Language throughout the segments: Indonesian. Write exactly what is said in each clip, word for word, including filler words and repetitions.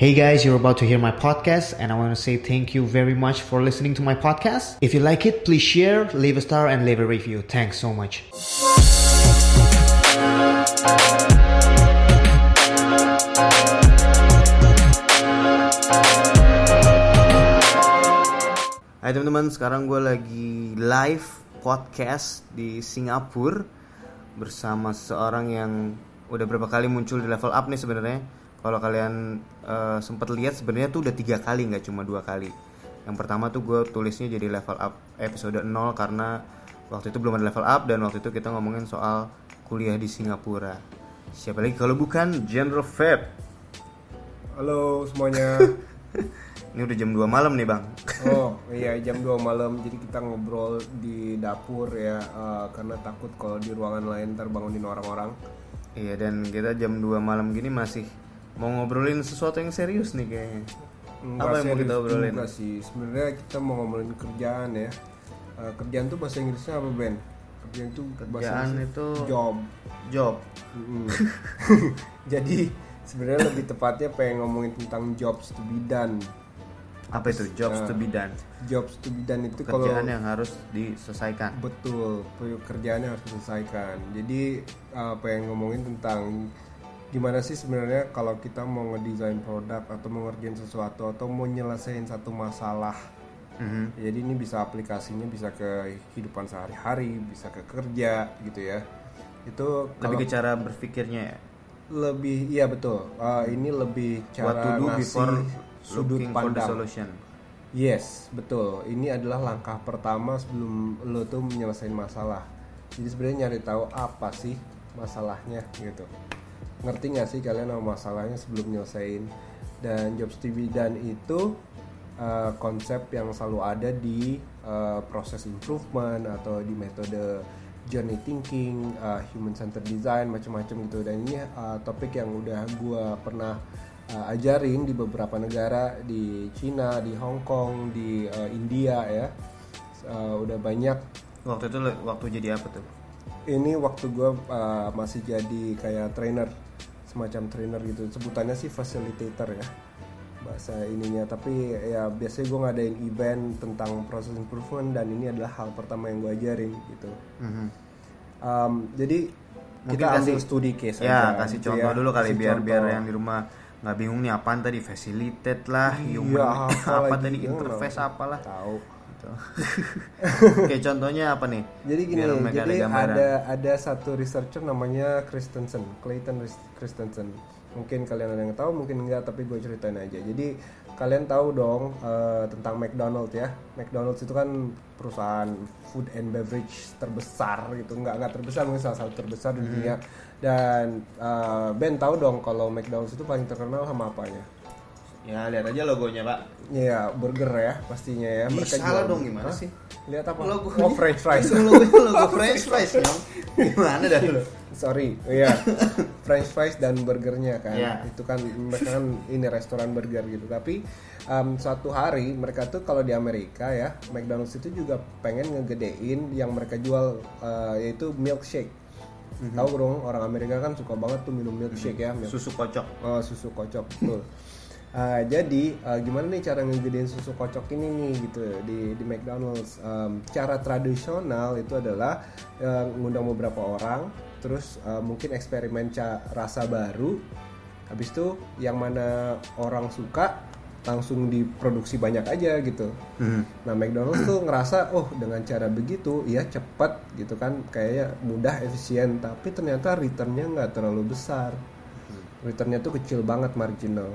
Hey guys, you're about to hear my podcast and I want to say thank you very much for listening to my podcast. If you like it, please share, leave a star and leave a review. Thanks so much. Hai teman-teman, sekarang gue lagi live podcast di Singapura bersama seorang yang udah berapa kali muncul di Level Up nih sebenarnya. Kalau kalian uh, sempat lihat sebenarnya tuh udah tiga kali, nggak cuma dua kali. Yang pertama tuh gue tulisnya jadi Level Up episode nol karena waktu itu belum ada Level Up dan waktu itu kita ngomongin soal kuliah di Singapura. Siapa lagi kalau bukan General Feb. Halo semuanya. Ini udah jam dua malam nih bang. Oh iya, jam dua malam. Jadi kita ngobrol di dapur ya, uh, karena takut kalau di ruangan lain ntar bangunin orang-orang. Iya, dan kita jam dua malam gini masih mau ngobrolin sesuatu yang serius nih kayaknya. Enggak, apa yang mau kita obrolin? Enggak sih, sebenarnya kita mau ngomongin kerjaan ya. Uh, kerjaan tuh bahasa Inggrisnya apa, Ben? Kerjaan itu kerjaan itu job. Job. Mm-hmm. Jadi sebenarnya lebih tepatnya pengen ngomongin tentang jobs to be done. Apa itu jobs nah, to be done? Jobs to be done itu kerjaan kalau yang harus diselesaikan. Betul, kerjaannya harus diselesaikan. Jadi uh, pengen ngomongin tentang gimana sih sebenarnya kalau kita mau ngedesain produk atau mau ngerjain sesuatu atau mau nyelesain satu masalah. Mm-hmm. Jadi ini bisa aplikasinya bisa ke kehidupan sehari-hari, bisa ke kerja gitu ya. Itu lebih ke cara berpikirnya ya. Lebih, iya betul. Uh, ini lebih cara ngasih sudut pandang. Solution. Yes, betul. Ini adalah langkah pertama sebelum lo tuh menyelesaikan masalah. Jadi sebenarnya nyari tahu apa sih masalahnya gitu. Ngerti nggak sih kalian sama masalahnya sebelum nyelesain? Dan jobs to be done itu uh, konsep yang selalu ada di uh, proses improvement atau di metode journey thinking, uh, human centered design, macam-macam gitu. Dan ini uh, topik yang udah gue pernah uh, ajarin di beberapa negara, di Cina, di Hong Kong, di uh, India ya. Uh, udah banyak. Waktu itu waktu jadi apa tuh? Ini waktu gue uh, masih jadi kayak trainer, semacam trainer gitu. Sebutannya sih facilitator ya bahasa ininya. Tapi ya biasanya gue ngadain event tentang proses improvement dan ini adalah hal pertama yang gue ajarin gitu. Mm-hmm. Um, jadi mungkin kita ambil kasih, studi case ya, aja. Kasih gitu contoh ya. Dulu kali biar contoh. Biar yang di rumah nggak bingung nih apaan tadi facilitate lah, human ya, apa, apa tadi interface no. apalah. Tahu. Oke, contohnya apa nih? Jadi gini, jadi ada ada satu researcher namanya Christensen, Clayton Christensen. Mungkin kalian ada yang tahu, mungkin enggak, tapi gue ceritain aja. Jadi kalian tahu dong uh, tentang McDonald's ya. McDonald's itu kan perusahaan food and beverage terbesar gitu, enggak enggak terbesar, mungkin salah satu terbesar di dunia. Hmm. Dan uh, Ben tahu dong kalau McDonald's itu paling terkenal sama apanya? Ya lihat aja logonya pak. Iya burger ya pastinya ya. Mereka salah dong gimana Hah? sih? Lihat apa? Logo oh French fries. Logo logo French fries ya. Gimana dah lo? Sorry, iya French fries dan burgernya kan. Yeah. Itu kan mereka kan ini restoran burger gitu. Tapi um, suatu hari mereka tuh kalau di Amerika ya McDonald's itu juga pengen ngegedein yang mereka jual uh, yaitu milkshake. Mm-hmm. Tahu dong orang Amerika kan suka banget tuh minum milkshake mm-hmm. ya. Milk. Susu kocok. Oh susu kocok betul. Uh, jadi uh, gimana nih cara ngegedein susu kocok ini nih gitu di di McDonald's. Um, cara tradisional itu adalah uh, ngundang beberapa orang, terus uh, mungkin eksperimen ca- rasa baru. Habis itu yang mana orang suka langsung diproduksi banyak aja gitu. Hmm. Nah McDonald's tuh ngerasa oh dengan cara begitu ya cepat gitu kan, kayaknya mudah, efisien, tapi ternyata returnnya nggak terlalu besar. Returnnya tuh kecil banget, marginal.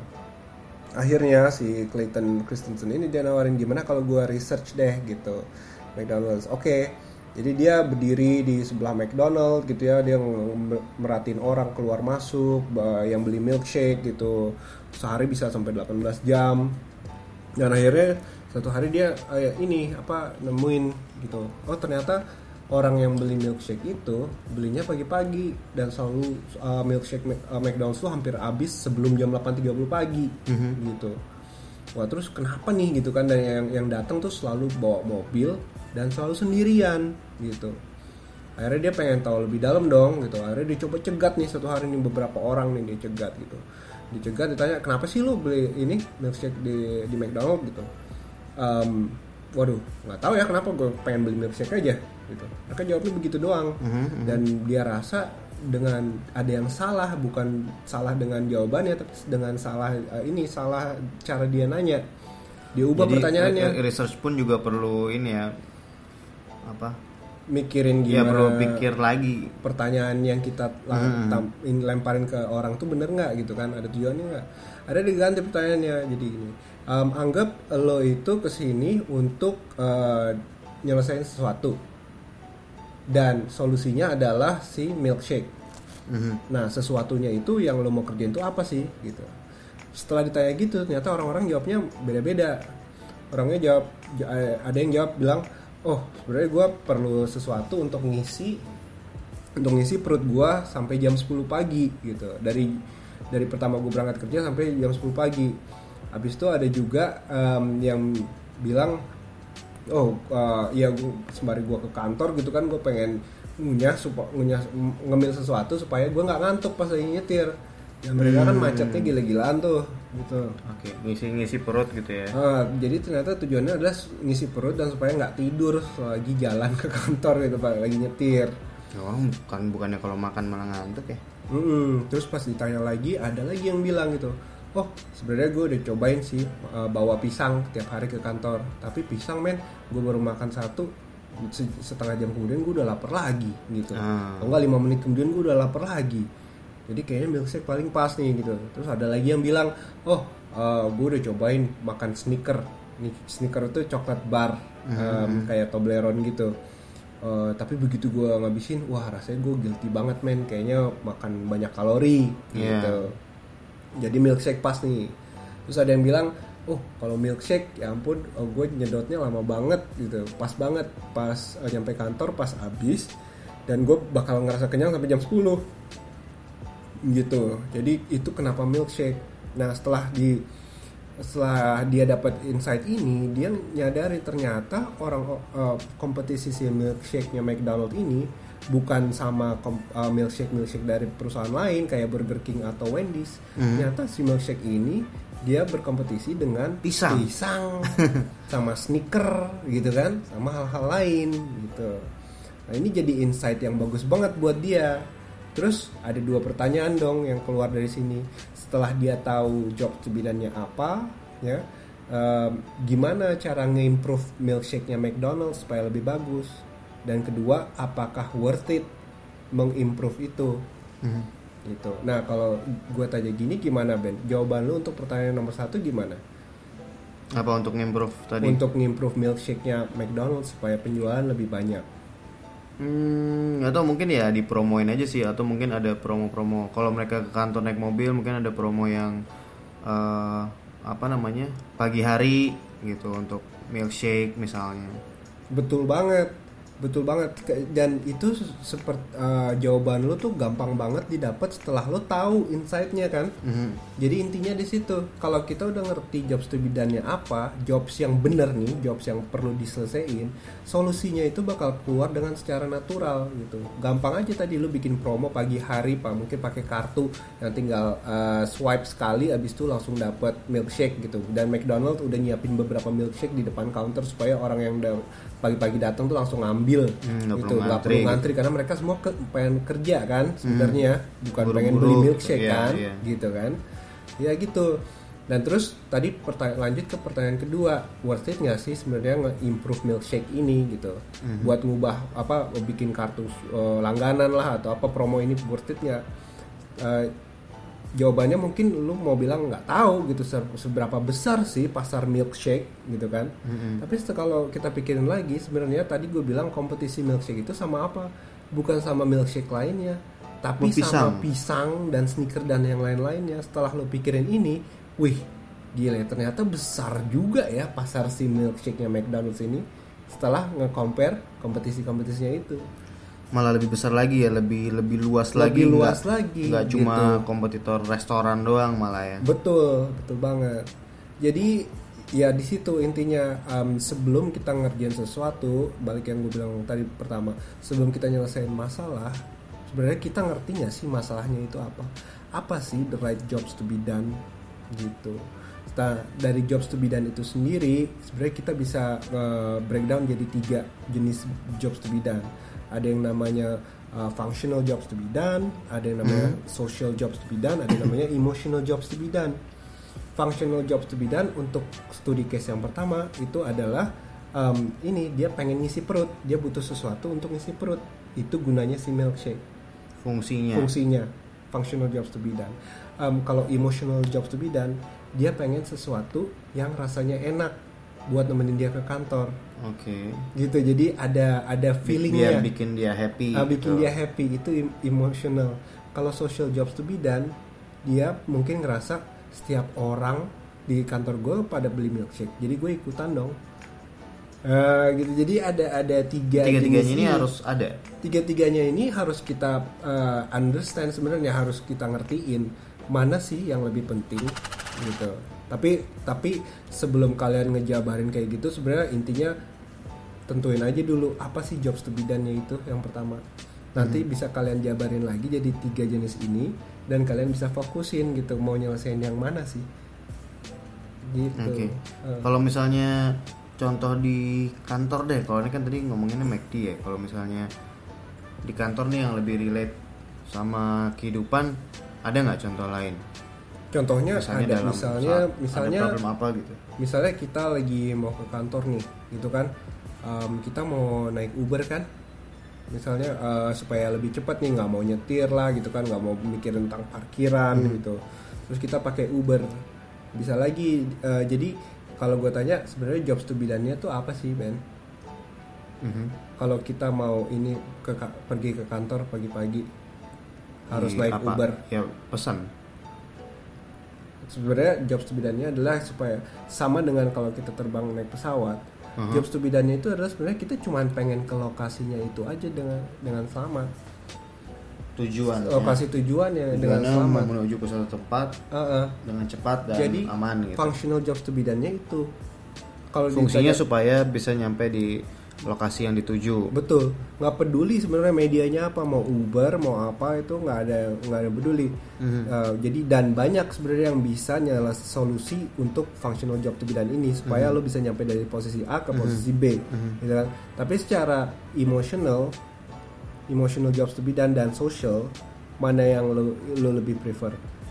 Akhirnya si Clayton Christensen ini dia nawarin gimana kalau gue research deh gitu McDonald's. Oke, okay. Jadi dia berdiri di sebelah McDonald's gitu ya, dia merhatiin orang keluar masuk, yang beli milkshake gitu, sehari bisa sampai delapan belas jam. Dan akhirnya satu hari dia eh, ini apa nemuin gitu, oh ternyata orang yang beli milkshake itu belinya pagi-pagi dan selalu uh, milkshake uh, McDonald's tuh hampir habis sebelum jam delapan tiga puluh pagi mm-hmm. gitu. Wah terus kenapa nih gitu kan, dan yang yang datang tuh selalu bawa mobil dan selalu sendirian gitu. Akhirnya dia pengen tahu lebih dalam dong gitu. Akhirnya dia coba cegat nih satu hari nih beberapa orang nih dia cegat gitu. dicegat, ditanya kenapa sih lu beli ini milkshake di di McDonald gitu. Um, waduh, nggak tahu ya kenapa gue pengen beli milkshake aja gitu. Mereka jawabnya begitu doang. Mm-hmm. Dan dia rasa dengan ada yang salah, bukan salah dengan jawabannya, tapi dengan salah uh, ini salah cara dia nanya. Dia ubah Jadi, pertanyaannya. Research pun juga perlu ini ya, apa? Mikirin gimana. Ya perlu pikir lagi. Pertanyaan yang kita hmm. tam, lemparin ke orang tuh bener nggak gitu kan? Ada tujuannya nggak? Ada diganti pertanyaannya. Jadi gini, um, anggap lo itu kesini untuk uh, nyelesain sesuatu dan solusinya adalah si milkshake. Mm-hmm. Nah, sesuatunya itu yang lo mau kerjain itu apa sih gitu. Setelah ditanya gitu, ternyata orang-orang jawabnya beda-beda. Orangnya jawab, ada yang jawab bilang, oh sebenarnya gue perlu sesuatu untuk ngisi untuk ngisi perut gue sampai jam sepuluh pagi gitu. Dari dari pertama gue berangkat kerja sampai jam sepuluh pagi. Habis itu ada juga um, yang bilang, oh uh, ya gue sembari gue ke kantor gitu kan, gue pengen ngunyah supaya ngunyah ngemil sesuatu supaya gue nggak ngantuk pas lagi nyetir. Ya mereka hmm. kan macetnya gila-gilaan tuh gitu. Oke, ngisi-ngisi perut gitu ya. Uh, jadi ternyata tujuannya adalah ngisi perut dan supaya nggak tidur lagi jalan ke kantor gitu pak, lagi nyetir. Oh, bukan bukannya kalau makan malah ngantuk ya? Mm-mm. Terus pas ditanya lagi, ada lagi yang bilang gitu, oh sebenarnya gue udah cobain sih uh, bawa pisang tiap hari ke kantor, tapi pisang men, gue baru makan satu, setengah jam kemudian gue udah lapar lagi gitu. Ah. Kalau nggak lima menit kemudian gue udah lapar lagi. Jadi kayaknya milkshake paling pas nih gitu. Terus ada lagi yang bilang, oh uh, gue udah cobain makan Snicker. Nih Snicker itu coklat bar, um, mm-hmm. kayak Toblerone gitu. Uh, tapi begitu gue ngabisin, wah rasanya gue guilty banget men. Kayaknya makan banyak kalori yeah. gitu. Jadi milkshake pas nih. Terus ada yang bilang, oh kalau milkshake ya ampun, oh, gue nyedotnya lama banget gitu. Pas banget, pas uh, nyampe kantor, pas abis. Dan gue bakal ngerasa kenyang sampai jam sepuluh gitu. Jadi itu kenapa milkshake. Nah setelah di setelah dia dapat insight ini, dia nyadari ternyata orang uh, kompetisi si milkshake-nya McDonald ini bukan sama kom, uh, milkshake milkshake dari perusahaan lain kayak Burger King atau Wendy's. Hmm. Ternyata si milkshake ini dia berkompetisi dengan pisang, pisang sama Snicker gitu kan, sama hal-hal lain gitu. Nah ini jadi insight yang bagus banget buat dia. Terus ada dua pertanyaan dong yang keluar dari sini. Setelah dia tahu job bidangnya apa, ya, um, gimana cara nge-improve milkshake-nya McDonald's supaya lebih bagus. Dan kedua, apakah worth it meng-improve itu? Mm-hmm. Gitu. Nah kalau gue tanya gini gimana Ben? Jawaban lu untuk pertanyaan nomor satu gimana? Apa untuk nge-improve tadi? Untuk nge-improve milkshake-nya McDonald's supaya penjualan lebih banyak. Hmm, atau mungkin ya dipromoin aja sih, atau mungkin ada promo-promo. Kalau mereka ke kantor naik mobil, mungkin ada promo yang uh, apa namanya pagi hari gitu untuk milkshake misalnya. Betul banget, betul banget. Dan itu seperti uh, jawaban lo tuh gampang banget didapat setelah lo tahu insight-nya kan. Mm-hmm. Jadi intinya di situ. Kalau kita udah ngerti jobs bidannya apa, jobs yang bener nih, jobs yang perlu diselesaikan, solusinya itu bakal keluar dengan secara natural gitu. Gampang aja tadi lo bikin promo pagi hari, pak mungkin pakai kartu yang tinggal uh, swipe sekali, abis itu langsung dapat milkshake gitu. Dan McDonald udah nyiapin beberapa milkshake di depan counter supaya orang yang udah pagi-pagi datang tuh langsung ngambil. Hmm, itu nggak perlu ngantri gitu. Karena mereka semua ke, pengen kerja kan sebenarnya, hmm. bukan Buru-buru, pengen beli milkshake iya, kan iya. gitu kan ya gitu. Dan terus tadi pertanya- lanjut ke pertanyaan kedua, worth it nggak sih sebenarnya nge-improve milkshake ini gitu, hmm. buat ngubah apa bikin kartu uh, langganan lah atau apa promo ini worth it nggak? Uh, jawabannya mungkin lu mau bilang nggak tahu gitu seberapa besar sih pasar milkshake gitu kan. Mm-hmm. Tapi kalau kita pikirin lagi sebenarnya tadi gue bilang kompetisi milkshake itu sama apa? Bukan sama milkshake lainnya, tapi pisang. Sama pisang dan Snicker dan yang lain-lainnya. Setelah lu pikirin ini, wih gila ternyata besar juga ya pasar si milkshake-nya McDonald's ini setelah nge-compare kompetisi-kompetisinya itu. Malah lebih besar lagi ya, lebih lebih luas lebih lagi, luas nggak, lagi nggak gitu. Cuma kompetitor restoran doang malah ya. Betul, betul banget. Jadi ya di situ intinya, um, sebelum kita ngerjain sesuatu, balik yang gue bilang tadi pertama, sebelum kita nyelesain masalah, sebenarnya kita ngerti nggak sih masalahnya itu apa? apa sih the right jobs to be done gitu. Nah, dari jobs to be done itu sendiri sebenarnya kita bisa uh, breakdown jadi tiga jenis jobs to be done. Ada yang namanya uh, functional jobs to be done, ada yang namanya hmm. social jobs to be done, ada yang namanya emotional jobs to be done. Functional jobs to be done untuk studi case yang pertama itu adalah um, ini dia pengen ngisi perut, dia butuh sesuatu untuk ngisi perut. Itu gunanya si milkshake. Fungsinya. Fungsinya functional jobs to be done. Um, kalau emotional jobs to be done, dia pengen sesuatu yang rasanya enak buat nemenin dia ke kantor. Oke. Okay. Gitu. Jadi ada ada feelingnya. Biar bikin dia happy. Uh, bikin gitu. dia happy itu emotional. Kalau social jobs to be done, dia mungkin ngerasa setiap orang di kantor gue pada beli milkshake, jadi gue ikutan dong. Uh, gitu. Jadi ada ada tiga. Tiga-tiganya ini harus ada. Tiga-tiganya ini harus kita uh, understand sebenarnya, harus kita ngertiin mana sih yang lebih penting gitu. Tapi tapi sebelum kalian ngejabarin kayak gitu, sebenarnya intinya tentuin aja dulu apa sih jobs to be done-nya itu yang pertama. Nanti hmm. bisa kalian jabarin lagi jadi tiga jenis ini dan kalian bisa fokusin gitu mau nyelesain yang mana sih. Gitu. Oke. Okay. Uh. Kalau misalnya contoh di kantor deh, kalau ini kan tadi ngomonginnya McD ya. Kalau misalnya di kantor nih yang lebih relate sama kehidupan, ada nggak contoh lain? Contohnya misalnya ada misalnya misalnya ada problem apa gitu. Misalnya kita lagi mau ke kantor nih, gitu kan. Um, kita mau naik Uber kan. Misalnya uh, supaya lebih cepat nih, nggak mau nyetir lah gitu kan, nggak mau mikirin tentang parkiran hmm. gitu. Terus kita pakai Uber. Bisa lagi uh, jadi kalau gue tanya sebenarnya jobs to be done-nya tuh apa sih, Ben? Mm-hmm. Kalau kita mau ini ke pergi ke kantor pagi-pagi harus Di, naik apa? Uber. Ya pesan. Sebenarnya jobs to be done-nya adalah supaya sama dengan kalau kita terbang naik pesawat. Uh-huh. Jobs to be done-nya itu adalah sebenarnya kita cuma pengen ke lokasinya itu aja dengan dengan selamat. Tujuan lokasi tujuannya dengan selamat menuju ke suatu tempat uh-uh. dengan cepat dan jadi, aman gitu. Functional jobs to be done-nya itu kalau fungsinya ditanya, supaya bisa nyampe di lokasi yang dituju. Betul, nggak peduli sebenarnya medianya apa, mau Uber mau apa itu nggak ada nggak ada peduli. Mm-hmm. Uh, jadi dan banyak sebenarnya yang bisa nyala solusi untuk functional job to be done ini supaya mm-hmm. lo bisa nyampe dari posisi A ke posisi mm-hmm. B, mm-hmm. gitu kan. Tapi secara emotional emotional jobs to be done dan social, mana yang lo, lo lebih prefer?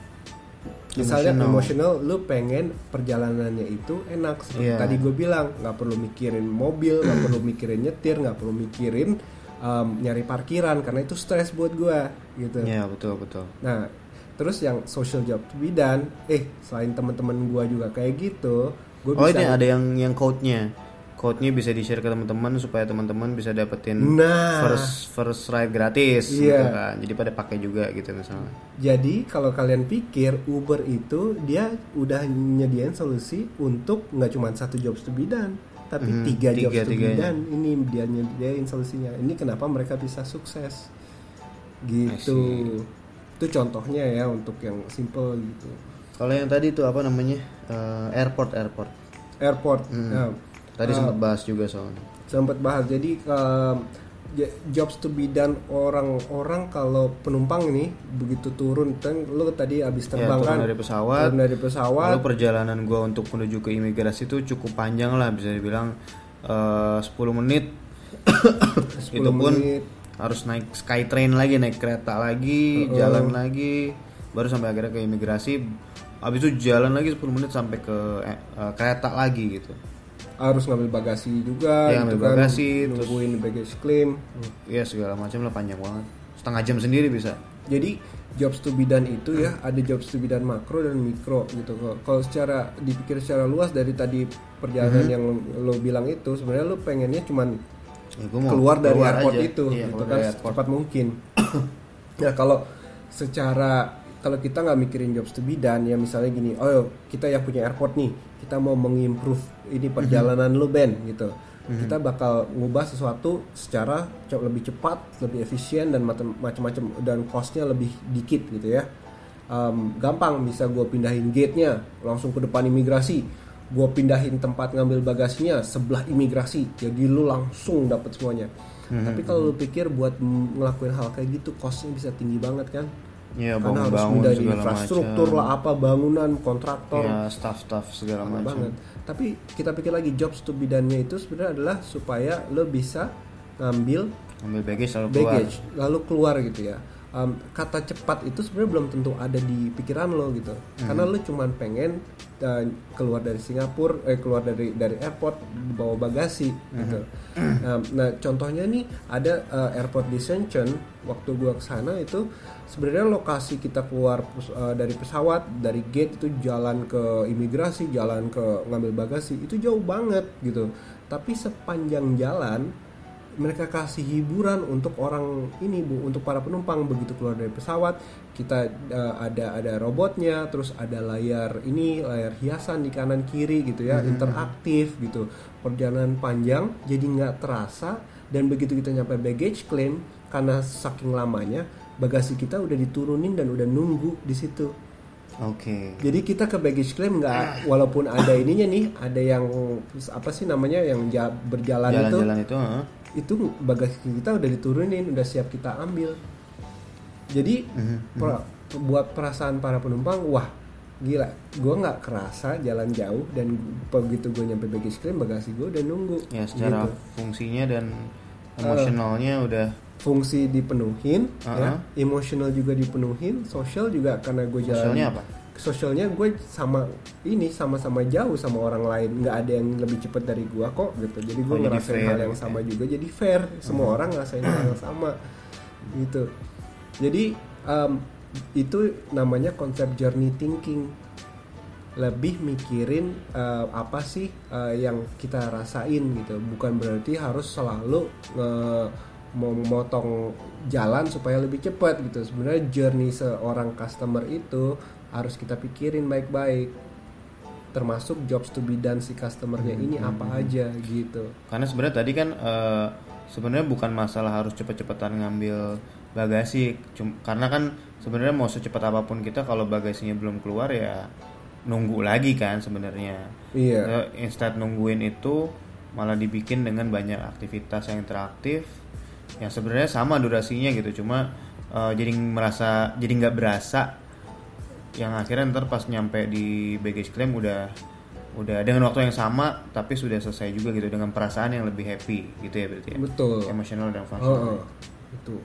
Misalnya emotional, lo pengen perjalanannya itu enak seperti yeah. tadi gue bilang, nggak perlu mikirin mobil, nggak perlu mikirin nyetir, nggak perlu mikirin um, nyari parkiran karena itu stres buat gue gitu. Iya yeah, betul betul. Nah terus yang social job to be done, eh selain teman-teman gue juga kayak gitu, gue oh bisa. ini ada yang yang code-nya. Code-nya bisa di-share ke teman-teman supaya teman-teman bisa dapetin nah, first first ride gratis iya. gitu kan. Jadi pada pakai juga gitu misalnya. Jadi kalau kalian pikir Uber itu dia udah nyediain solusi untuk nggak cuma satu jobs to be done, tapi mm-hmm. tiga, tiga jobs to be done. Ini dia nyediain solusinya. Ini kenapa mereka bisa sukses. Gitu. Itu contohnya ya untuk yang simple gitu. Kalau yang tadi itu apa namanya? Uh, airport airport. Airport. Hmm. Nah, tadi uh, sempat bahas juga soalnya. Sempat bahas. Jadi uh, jobs to be done orang-orang kalau penumpang ini begitu turun, kan lu tadi habis terbang ya, kan dari pesawat. Turun dari pesawat. Lalu perjalanan gue untuk menuju ke imigrasi itu cukup panjang lah, bisa dibilang uh, sepuluh menit. sepuluh Itu pun menit. Harus naik Skytrain lagi, naik kereta lagi, uh-uh. jalan lagi, baru sampai akhirnya ke imigrasi. Habis itu jalan lagi sepuluh menit sampai ke uh, kereta lagi gitu. Harus ngambil bagasi juga, ya, gitu ngambil kan, bagasi, nungguin baggage claim. Iya segala macam lah, panjang banget. Setengah jam sendiri bisa. Jadi jobs to be done itu ya ada jobs to be done makro dan mikro gitu. Kalau secara dipikir secara luas dari tadi perjalanan mm-hmm. yang lo, lo bilang itu, sebenarnya lo pengennya cuman ya, mau keluar dari keluar airport aja. itu, iya, gitu kan, secepat mungkin. Ya kalau secara kalau kita nggak mikirin jobs to be done ya, misalnya gini, oh kita yang punya airport nih, kita mau mengimprove ini perjalanan mm-hmm. lo Ben gitu, mm-hmm. kita bakal ngubah sesuatu secara lebih cepat, lebih efisien dan macam-macam dan costnya lebih dikit gitu ya. Um, gampang, bisa gue pindahin gate-nya langsung ke depan imigrasi, gue pindahin tempat ngambil bagasinya sebelah imigrasi, jadi lo langsung dapet semuanya. Mm-hmm. Tapi kalau lo pikir buat ngelakuin hal kayak gitu costnya bisa tinggi banget kan. Ya, karena harus bangun-bangun pindah di segala infrastruktur macam. lah, apa bangunan, kontraktor, Ya, staff-staff segala lama macam. banget. Tapi kita pikir lagi, jobs to be done-nya itu sebenarnya adalah supaya lo bisa ngambil Ambil baggage lalu keluar. baggage lalu keluar gitu ya. Um, kata cepat itu sebenarnya belum tentu ada di pikiran lo gitu, hmm. karena lo cuman pengen uh, keluar dari Singapura, eh keluar dari dari airport bawa bagasi hmm. gitu. Um, nah contohnya nih ada uh, airport di Shenzhen, waktu gua kesana itu sebenarnya lokasi kita keluar uh, dari pesawat, dari gate itu jalan ke imigrasi, jalan ke ngambil bagasi itu jauh banget gitu. Tapi sepanjang jalan mereka kasih hiburan untuk orang ini bu, untuk para penumpang. Begitu keluar dari pesawat kita uh, ada ada robotnya, terus ada layar ini layar hiasan di kanan kiri gitu ya, mm-hmm. interaktif gitu. Perjalanan panjang jadi nggak terasa, dan begitu kita nyampe baggage claim karena saking lamanya bagasi kita udah diturunin dan udah nunggu di situ. Oke. Okay. Jadi kita ke baggage claim nggak, walaupun ada ininya nih, ada yang apa sih namanya yang ja, berjalan Jalan-jalan itu. itu, huh? itu bagasi kita udah diturunin, udah siap kita ambil. Jadi mm-hmm. per, buat perasaan para penumpang, wah gila, gue nggak kerasa jalan jauh, dan begitu gue nyampe baggage claim bagasi gue udah nunggu. Ya secara gitu. fungsinya dan emosionalnya uh, udah fungsi dipenuhin, uh-huh. ya, emosional juga dipenuhin, sosial juga karena gue jalan. Sosialnya apa? Sosialnya gue sama ini sama-sama jauh sama orang lain, nggak ada yang lebih cepat dari gue kok gitu, jadi gue oh, ngerasain hal yang sama ya? Juga jadi fair, semua uh-huh. orang ngerasain hal yang sama gitu. Jadi um, itu namanya konsep journey thinking, lebih mikirin uh, apa sih uh, yang kita rasain gitu, bukan berarti harus selalu uh, memotong jalan supaya lebih cepat gitu. Sebenarnya journey seorang customer itu harus kita pikirin baik-baik, termasuk jobs to be done si customernya hmm, ini hmm, apa hmm. aja gitu. Karena sebenarnya tadi kan uh, sebenarnya bukan masalah harus cepet-cepetan ngambil bagasi, Cuma, karena kan sebenarnya mau secepat apapun kita kalau bagasinya belum keluar ya nunggu lagi kan sebenarnya. Iya. So, instead nungguin itu malah dibikin dengan banyak aktivitas yang interaktif, yang sebenarnya sama durasinya gitu, cuma uh, jadi merasa jadi nggak berasa. Yang akhirnya ntar pas nyampe di baggage claim udah udah dengan waktu yang sama tapi sudah selesai juga gitu, dengan perasaan yang lebih happy gitu ya berarti ya. Betul. Emosional dan fungsional. Oh, oh. Itu.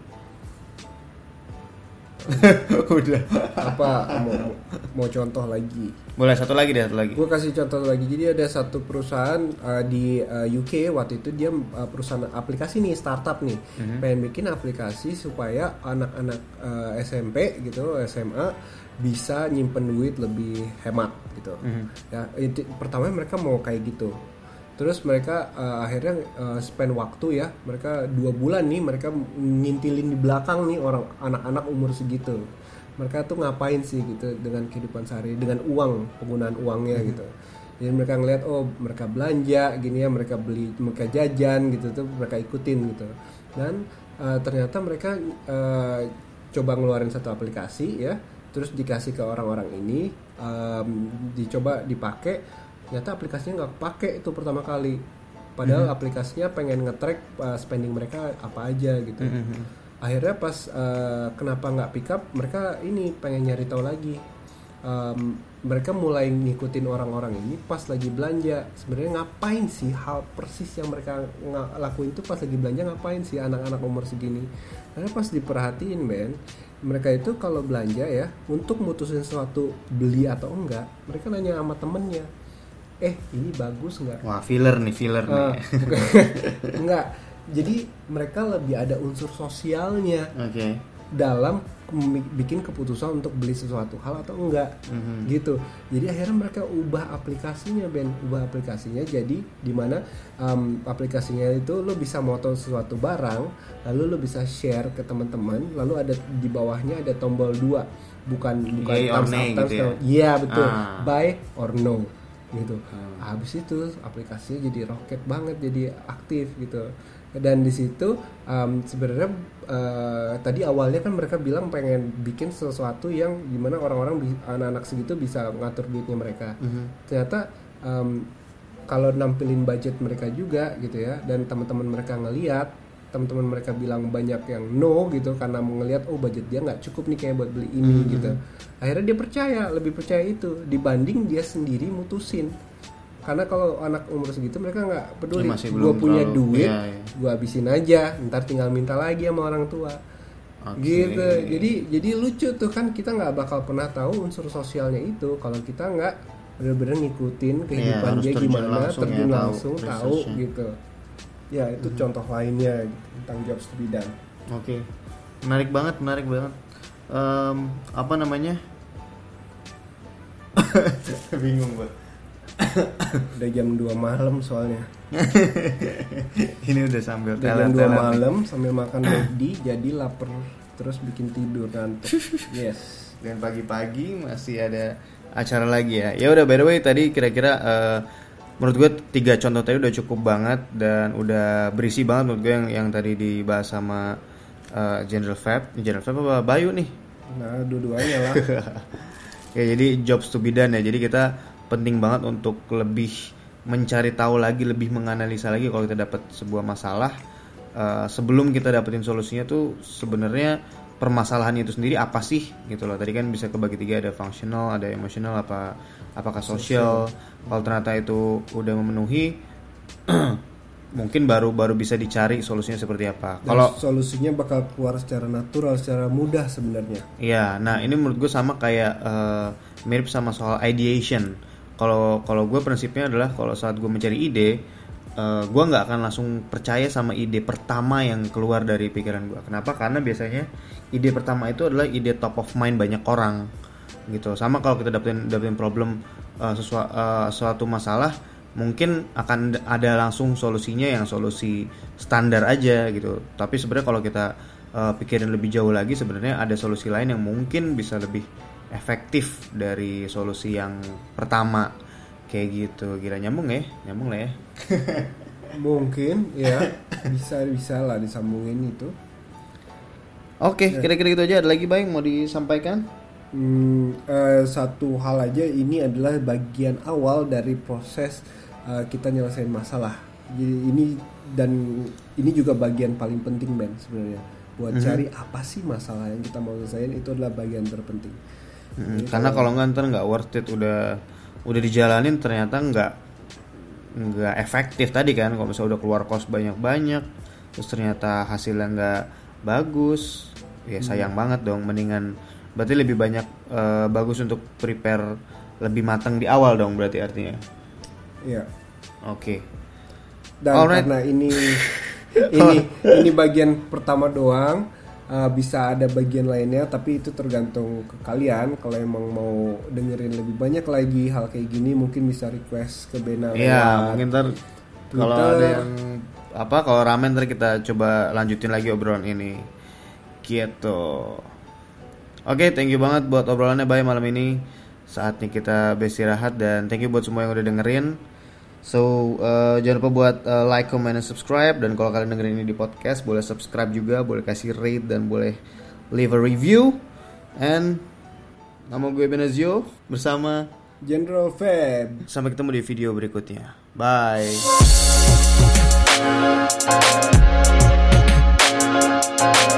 Udah. Apa mau, mau mau contoh lagi? Boleh satu lagi deh, satu lagi. Gue kasih contoh lagi. Jadi ada satu perusahaan uh, di uh, U K waktu itu, dia uh, perusahaan aplikasi nih, startup nih, mm-hmm. pengen bikin aplikasi supaya anak-anak uh, S M P gitu, S M A bisa nyimpen duit lebih hemat gitu. Mm-hmm. Ya, itu, pertama mereka mau kayak gitu. Terus mereka uh, akhirnya uh, spend waktu ya, mereka dua bulan nih mereka ngintilin di belakang nih orang anak-anak umur segitu. Mereka tuh ngapain sih gitu dengan kehidupan sehari, dengan uang, penggunaan uangnya hmm. gitu. Jadi mereka ngeliat, oh mereka belanja gini ya, mereka beli, mereka jajan gitu tuh mereka ikutin gitu. Dan uh, ternyata mereka uh, coba ngeluarin satu aplikasi ya, terus dikasih ke orang-orang ini, um, dicoba dipakai. Ternyata aplikasinya nggak kepake itu pertama kali, padahal mm-hmm. aplikasinya pengen nge-track uh, spending mereka apa aja gitu. Mm-hmm. Akhirnya pas uh, kenapa nggak pick up, mereka ini pengen nyari tahu lagi. Um, mereka mulai ngikutin orang-orang ini pas lagi belanja. Sebenarnya ngapain sih hal persis yang mereka ng- lakuin itu pas lagi belanja, ngapain sih anak-anak umur segini? Karena pas diperhatiin Ben, mereka itu kalau belanja ya untuk mutusin sesuatu beli atau enggak, mereka nanya sama temennya. Eh ini bagus nggak? Wah filler nih filler uh, nih. Enggak. Jadi mereka lebih ada unsur sosialnya okay. dalam bikin keputusan untuk beli sesuatu hal atau enggak, mm-hmm. gitu. Jadi akhirnya mereka ubah aplikasinya Ben, ubah aplikasinya jadi dimana um, aplikasinya itu lo bisa moto sesuatu barang, lalu lo bisa share ke teman-teman, lalu ada di bawahnya ada tombol dua, bukan bukan thumbs up, thumbs down. Iya betul, ah. buy or no. Gitu. Hmm. Habis itu aplikasinya jadi roket banget, jadi aktif gitu. Dan di situ um, sebenarnya uh, tadi awalnya kan mereka bilang pengen bikin sesuatu yang gimana orang-orang anak-anak segitu bisa ngatur duitnya mereka. Hmm. Ternyata um, kalau nampilin budget mereka juga gitu ya, dan teman-teman mereka ngelihat teman-teman mereka bilang banyak yang no gitu karena melihat oh budget dia nggak cukup nih kayak buat beli ini hmm. gitu. Akhirnya dia percaya, lebih percaya itu dibanding dia sendiri mutusin. Karena kalau anak umur segitu mereka nggak peduli, ya, gue punya terlalu, duit, ya, ya. gue habisin aja, ntar tinggal minta lagi sama orang tua. Okay. Gitu, jadi jadi lucu tuh kan, kita nggak bakal pernah tahu unsur sosialnya itu kalau kita nggak benar-benar ngikutin kehidupan ya, dia gimana, langsung terjun ya, langsung tahu, tahu gitu. Ya itu hmm. contoh lainnya gitu, tentang Jobs to be done. Oke, okay. menarik banget, menarik banget. Um, apa namanya? Bingung banget. Udah jam dua malam soalnya. Ini udah sambil udah jam dua malam sambil makan McD jadi lapar terus bikin tidur ngantuk. Yes. Dan pagi-pagi masih ada acara lagi ya. Ya udah, by the way tadi kira-kira uh, menurut gue tiga contoh tadi udah cukup banget dan udah berisi banget menurut gue yang yang tadi dibahas sama uh, General Fab, General Fab apa Bayu nih? Nah, dua-duanya lah. Ya jadi jobs to be done ya. Jadi kita penting banget untuk lebih mencari tahu lagi, lebih menganalisa lagi kalau kita dapat sebuah masalah uh, sebelum kita dapetin solusinya tuh sebenarnya permasalahan itu sendiri apa sih gitu loh. Tadi kan bisa kebagi tiga, ada functional, ada emotional, apa apakah sosial. Kalau ternyata itu udah memenuhi mungkin baru baru bisa dicari solusinya seperti apa. Kalau solusinya bakal keluar secara natural, secara mudah sebenarnya. Iya, nah ini menurut gue sama kayak uh, mirip sama soal ideation. Kalau kalau gue prinsipnya adalah kalau saat gue mencari ide, uh, gue nggak akan langsung percaya sama ide pertama yang keluar dari pikiran gue. Kenapa? Karena biasanya ide pertama itu adalah ide top of mind banyak orang, gitu. Sama kalau kita dapetin dapetin problem uh, sesua, uh, suatu masalah, mungkin akan ada langsung solusinya yang solusi standar aja gitu. Tapi sebenarnya kalau kita uh, pikirin lebih jauh lagi, sebenarnya ada solusi lain yang mungkin bisa lebih efektif dari solusi yang pertama kayak gitu. Gila, nyambung ya, nyambung lah ya. Mungkin ya bisa bisa lah disambungin itu. Oke, okay, ya. Kira-kira gitu aja. Ada lagi Bang mau disampaikan? Hmm, uh, satu hal aja, ini adalah bagian awal dari proses uh, kita nyelesain masalah. Jadi ini dan ini juga bagian paling penting Ben sebenarnya. Buat mm-hmm. cari apa sih masalah yang kita mau selesaiin, itu adalah bagian terpenting. Hmm, karena kalau nggak ntar nggak worth it, udah udah dijalanin ternyata nggak nggak efektif tadi kan. Kalau misalnya udah keluar cost banyak-banyak terus ternyata hasilnya nggak bagus, ya sayang hmm. banget dong. Mendingan berarti lebih banyak uh, bagus untuk prepare lebih matang di awal dong berarti artinya. Iya. Oke. Okay. Dan Alright. Karena ini ini ini bagian pertama doang. Uh, bisa ada bagian lainnya, tapi itu tergantung ke kalian. Kalau emang mau dengerin lebih banyak lagi hal kayak gini, mungkin bisa request ke Bena. Iya, mungkin ntar kalau ada yang apa, kalau ramen ntar kita coba lanjutin lagi obrolan ini. Gitu. Oke, okay, thank you banget buat obrolannya Bay malam ini. Saatnya kita beristirahat dan thank you buat semua yang udah dengerin. So uh, jangan lupa buat uh, like, comment, dan subscribe. Dan kalau kalian dengerin ini di podcast, boleh subscribe juga, boleh kasih rate, dan boleh leave a review. And nama gue Benazio bersama General Fab. Sampai ketemu di video berikutnya. Bye.